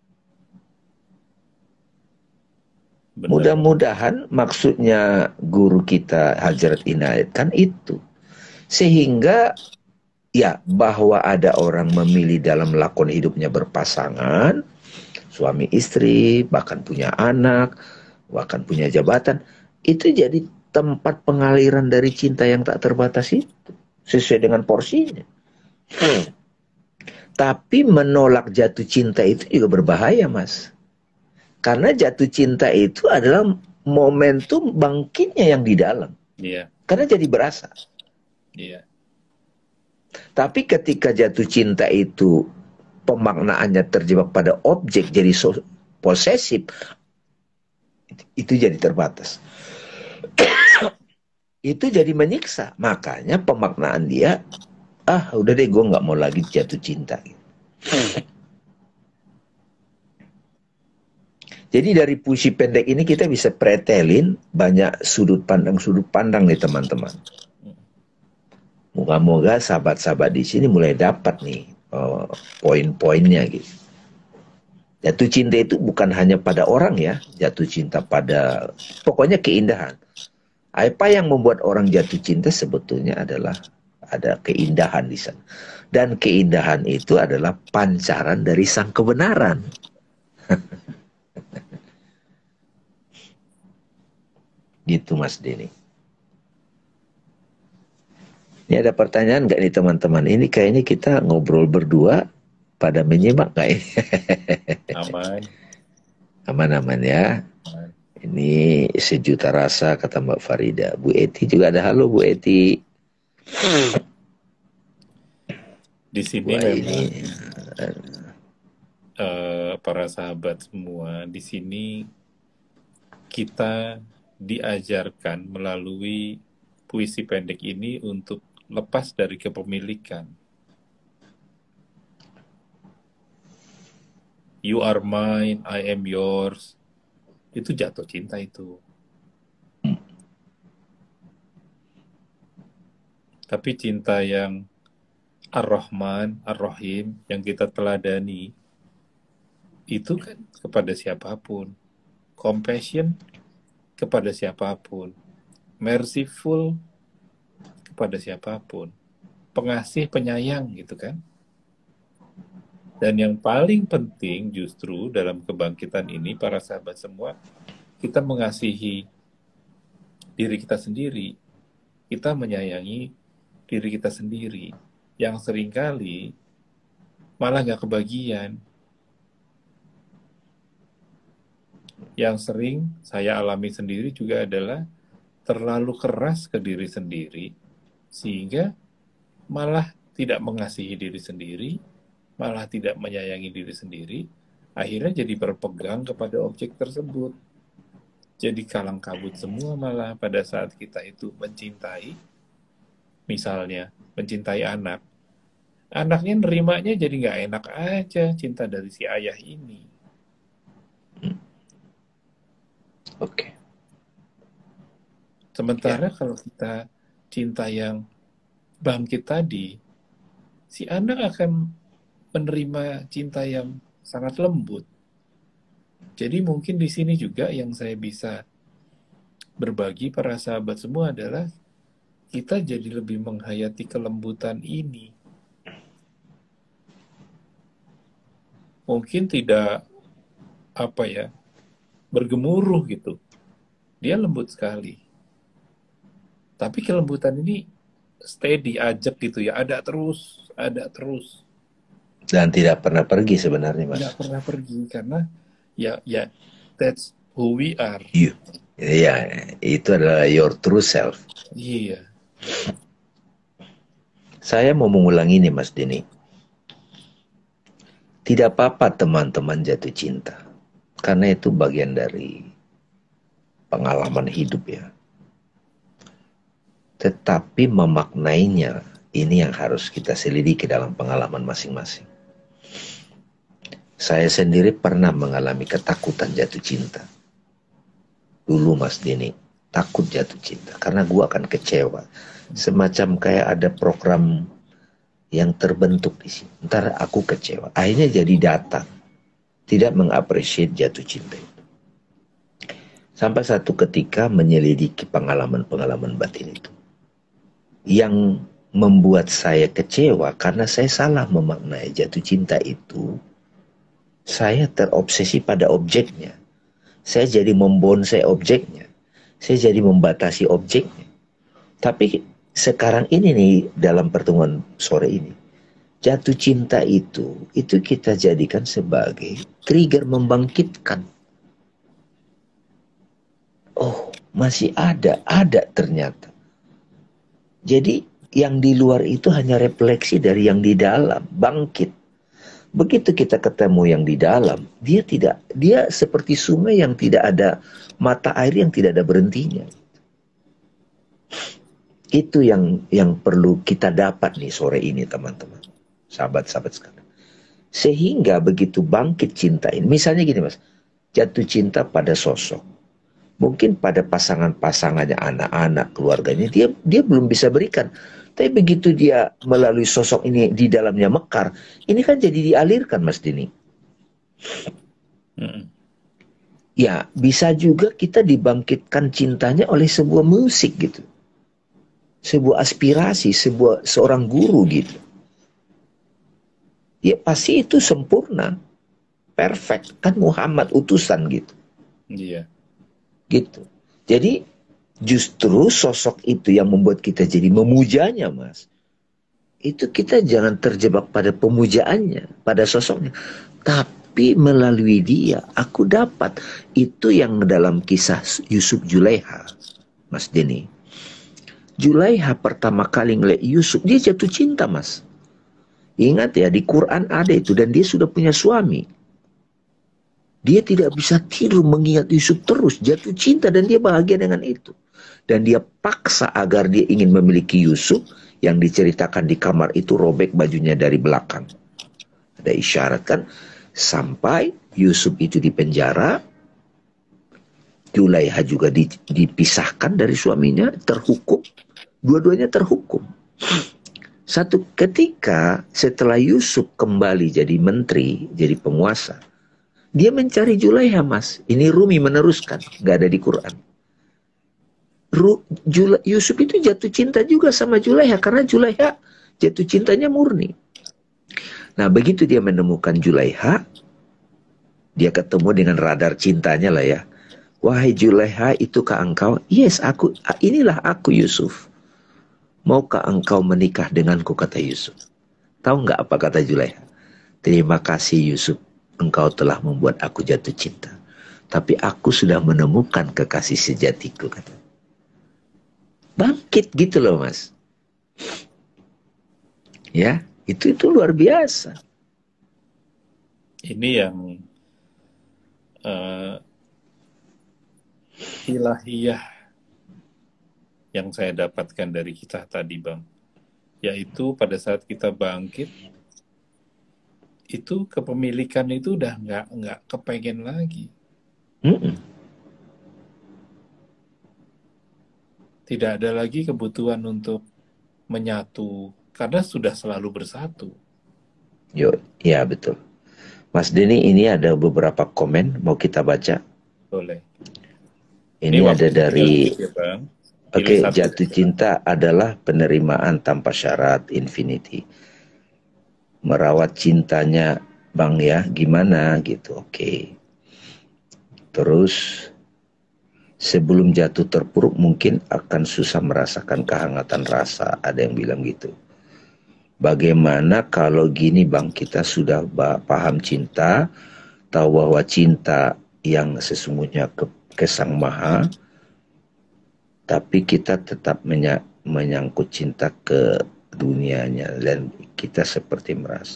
Mudah-mudahan maksudnya guru kita Hadrat Inayat kan itu. Sehingga ya bahwa ada orang memilih dalam lakon hidupnya berpasangan, suami istri, bahkan punya anak, bahkan punya jabatan, itu jadi tempat pengaliran dari cinta yang tak terbatas itu, sesuai dengan porsinya. Tapi menolak jatuh cinta itu juga berbahaya, Mas. Karena jatuh cinta itu adalah momentum bangkitnya yang di dalam. Karena jadi berasa. Tapi ketika jatuh cinta itu pemaknaannya terjebak pada objek, jadi posesif, itu jadi terbatas. itu jadi menyiksa. Makanya pemaknaan dia, udah deh gue nggak mau lagi jatuh cinta. Jadi dari puisi pendek ini kita bisa pretelin banyak sudut pandang nih teman-teman. Moga-moga sahabat-sahabat di sini mulai dapat nih poin-poinnya gitu. Jatuh cinta itu bukan hanya pada orang ya, jatuh cinta pada pokoknya keindahan. Apa yang membuat orang jatuh cinta sebetulnya adalah ada keindahan di sana. Dan keindahan itu adalah pancaran dari sang kebenaran. Gitu Mas Denny. Ini ada pertanyaan nggak nih teman-teman? Ini kayaknya kita ngobrol berdua pada menyimak nggak ini? Aman. Aman-aman ya. Aman. Ini sejuta rasa kata Mbak Farida. Bu Eti juga ada. Halo Bu Eti. Di sini Wah, memang ini para sahabat semua, di sini kita diajarkan melalui puisi pendek ini untuk lepas dari kepemilikan. You are mine, I am yours. Itu jatuh cinta itu. Tapi cinta yang Ar-Rahman, Ar-Rahim, yang kita teladani, itu kan kepada siapapun. Compassion kepada siapapun. Merciful kepada siapapun. Pengasih, penyayang gitu kan. Dan yang paling penting justru dalam kebangkitan ini, para sahabat semua, kita mengasihi diri kita sendiri. Kita menyayangi diri kita sendiri. Yang seringkali malah gak kebagian. Yang sering saya alami sendiri juga adalah terlalu keras ke diri sendiri, sehingga malah tidak mengasihi diri sendiri, malah tidak menyayangi diri sendiri, akhirnya jadi berpegang kepada objek tersebut. Jadi kalang kabut semua malah pada saat kita itu mencintai, misalnya mencintai anak, anaknya nerimanya jadi nggak enak aja cinta dari si ayah ini. Oke. Sementara kalau kita cinta yang bangkit tadi, si anak akan menerima cinta yang sangat lembut. Jadi mungkin di sini juga yang saya bisa berbagi para sahabat semua adalah kita jadi lebih menghayati kelembutan ini. Mungkin tidak bergemuruh gitu. Dia lembut sekali. Tapi kelembutan ini steady, ajak gitu ya, ada terus. Dan tidak pernah pergi sebenarnya Mas. Tidak pernah pergi karena ya that's who we are. Iya, itu adalah your true self. Iya. Saya mau mengulangi nih Mas Denny. Tidak apa-apa teman-teman jatuh cinta. Karena itu bagian dari pengalaman hidup ya. Tetapi memaknainya, ini yang harus kita selidiki dalam pengalaman masing-masing. Saya sendiri pernah mengalami ketakutan jatuh cinta. Dulu Mas Denny, takut jatuh cinta. Karena gue akan kecewa. Semacam kayak ada program yang terbentuk di sini. Ntar aku kecewa. Akhirnya jadi datang. Tidak mengapresiasi jatuh cinta itu. Sampai satu ketika menyelidiki pengalaman-pengalaman batin itu. Yang membuat saya kecewa karena saya salah memaknai jatuh cinta itu. Saya terobsesi pada objeknya. Saya jadi membonsai objeknya. Saya jadi membatasi objeknya. Tapi sekarang ini nih dalam pertemuan sore ini, jatuh cinta itu kita jadikan sebagai trigger membangkitkan. Oh, masih ada ternyata. Jadi yang di luar itu hanya refleksi dari yang di dalam, bangkit. Begitu kita ketemu yang di dalam, dia seperti sungai yang tidak ada mata air yang tidak ada berhentinya. Itu yang perlu kita dapat nih sore ini teman-teman, sahabat-sahabat sekalian. Sehingga begitu bangkit cinta ini, misalnya gini mas, jatuh cinta pada sosok, mungkin pada pasangannya, anak-anak, keluarganya, dia belum bisa berikan. Tapi begitu dia melalui sosok ini di dalamnya mekar, ini kan jadi dialirkan mas Dini. Ya bisa juga kita dibangkitkan cintanya oleh sebuah musik gitu, sebuah aspirasi, seorang guru gitu. Ya pasti itu sempurna, perfect, kan Muhammad utusan gitu. Iya. Gitu. Jadi justru sosok itu yang membuat kita jadi memujanya mas. Itu kita jangan terjebak pada pemujaannya, pada sosoknya. Tapi melalui dia, aku dapat. Itu yang dalam kisah Yusuf Julaiha, Mas Denny. Julaiha pertama kali ngeliat Yusuf, dia jatuh cinta mas. Ingat ya, di Quran ada itu, dan dia sudah punya suami. Dia tidak bisa tidur mengingat Yusuf terus, jatuh cinta dan dia bahagia dengan itu. Dan dia paksa agar dia ingin memiliki Yusuf, yang diceritakan di kamar itu robek bajunya dari belakang. Ada isyarat kan, sampai Yusuf itu di penjara, Julaiha juga dipisahkan dari suaminya, terhukum. Dua-duanya terhukum. Satu ketika setelah Yusuf kembali jadi menteri, jadi penguasa, dia mencari Julaiha mas. Ini Rumi meneruskan, gak ada di Quran. Yusuf itu jatuh cinta juga sama Julaiha, karena Julaiha jatuh cintanya murni. Nah begitu dia menemukan Julaiha, dia ketemu dengan radar cintanya lah ya. Wahai Julaiha, itukah engkau? Yes, inilah aku Yusuf. Maukah engkau menikah denganku, kata Yusuf. Tahu nggak apa kata Julaiha? Terima kasih Yusuf, engkau telah membuat aku jatuh cinta. Tapi aku sudah menemukan kekasih sejatiku, kata. Bangkit gitu loh mas. Ya, itu luar biasa. Ini yang ilahiyah yang saya dapatkan dari kisah tadi Bang. Yaitu pada saat kita bangkit, itu kepemilikan itu udah nggak kepengen lagi. Tidak ada lagi kebutuhan untuk menyatu, karena sudah selalu bersatu. Ya betul. Mas Denny, ini ada beberapa komen, mau kita baca? Boleh. Ini ada dari, ya, Bang. Oke, jatuh cinta adalah penerimaan tanpa syarat, infinity. Merawat cintanya Bang ya, gimana gitu, oke. Terus, sebelum jatuh terpuruk mungkin akan susah merasakan kehangatan rasa, ada yang bilang gitu. Bagaimana kalau gini Bang, kita sudah paham cinta, tahu bahwa cinta yang sesungguhnya ke Sang Maha, tapi kita tetap menyangkut cinta ke dunianya, dan kita seperti merasa.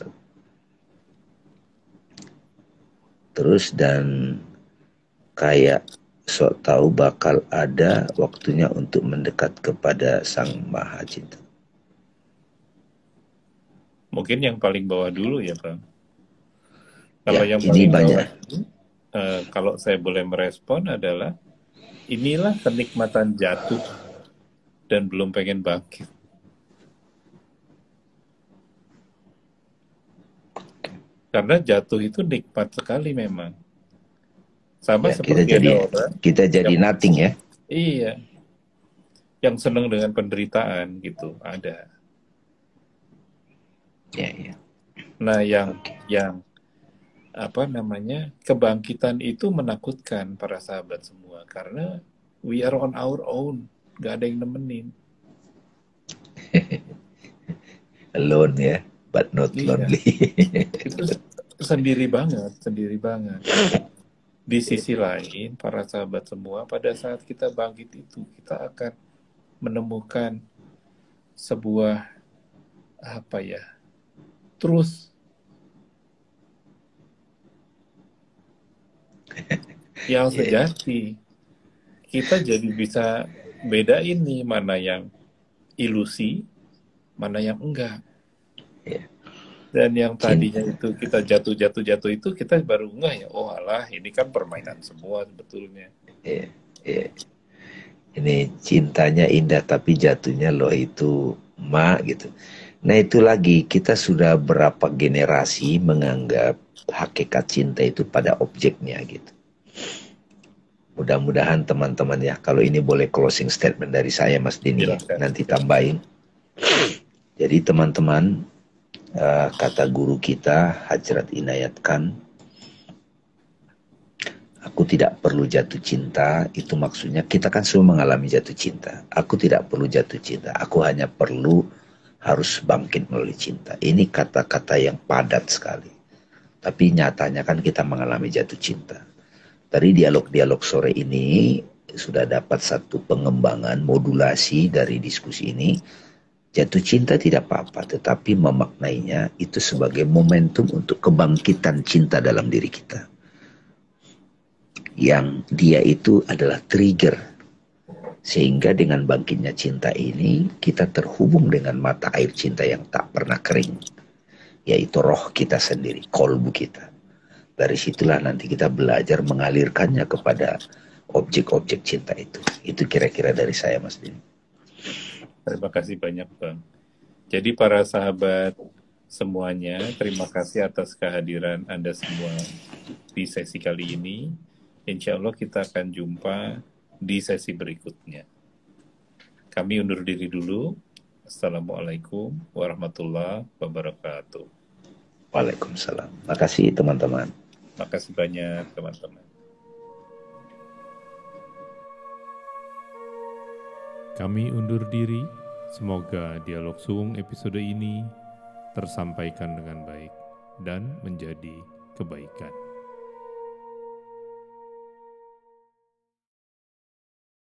Terus dan kayak sok tahu bakal ada waktunya untuk mendekat kepada Sang Maha Cinta. Mungkin yang paling bawah dulu ya Bang. Kalau ya, yang ini paling banyak. Bawah, kalau saya boleh merespon adalah, inilah kenikmatan jatuh dan belum pengen bangkit. Karena jatuh itu nikmat sekali memang. Sama ya, seperti kita jadi nothing ya. Iya. Yang senang dengan penderitaan gitu, ada. Ya. Nah, yang apa namanya, kebangkitan itu menakutkan para sahabat semua, karena we are on our own, gak ada yang nemenin. Alone ya, but not lonely. Itu sendiri banget. Di sisi lain, para sahabat semua, pada saat kita bangkit itu, kita akan menemukan sebuah truth yang sejati. Kita jadi bisa bedain nih mana yang ilusi, mana yang enggak. Ya. Dan yang tadinya itu kita jatuh itu kita baru ngeh ya, oh alah ini kan permainan semua sebetulnya. Ya. Ini cintanya indah tapi jatuhnya loh itu gitu. Nah itu lagi kita sudah berapa generasi menganggap hakikat cinta itu pada objeknya gitu. Mudah-mudahan teman-teman ya, kalau ini boleh closing statement dari saya Mas Dini, nanti tambahin. Jadi teman-teman, kata guru kita Hajrat Inayat Khan, aku tidak perlu jatuh cinta, itu maksudnya kita kan semua mengalami jatuh cinta. Aku tidak perlu jatuh cinta, aku hanya perlu harus bangkit melalui cinta. Ini kata-kata yang padat sekali. Tapi nyatanya kan kita mengalami jatuh cinta. Dari dialog-dialog sore ini sudah dapat satu pengembangan modulasi dari diskusi ini. Jatuh cinta tidak apa-apa, tetapi memaknainya itu sebagai momentum untuk kebangkitan cinta dalam diri kita. Yang dia itu adalah trigger. Sehingga dengan bangkitnya cinta ini, kita terhubung dengan mata air cinta yang tak pernah kering. Yaitu roh kita sendiri, kolbu kita. Dari situlah nanti kita belajar mengalirkannya kepada objek-objek cinta itu. Itu kira-kira dari saya, Mas Dini. Terima kasih banyak, Bang. Jadi para sahabat semuanya, terima kasih atas kehadiran Anda semua di sesi kali ini. Insya Allah kita akan jumpa di sesi berikutnya. Kami undur diri dulu. Assalamualaikum warahmatullahi wabarakatuh. Waalaikumsalam. Makasih teman-teman. Makasih banyak teman-teman. Kami undur diri. Semoga dialog suung episode ini tersampaikan dengan baik dan menjadi kebaikan.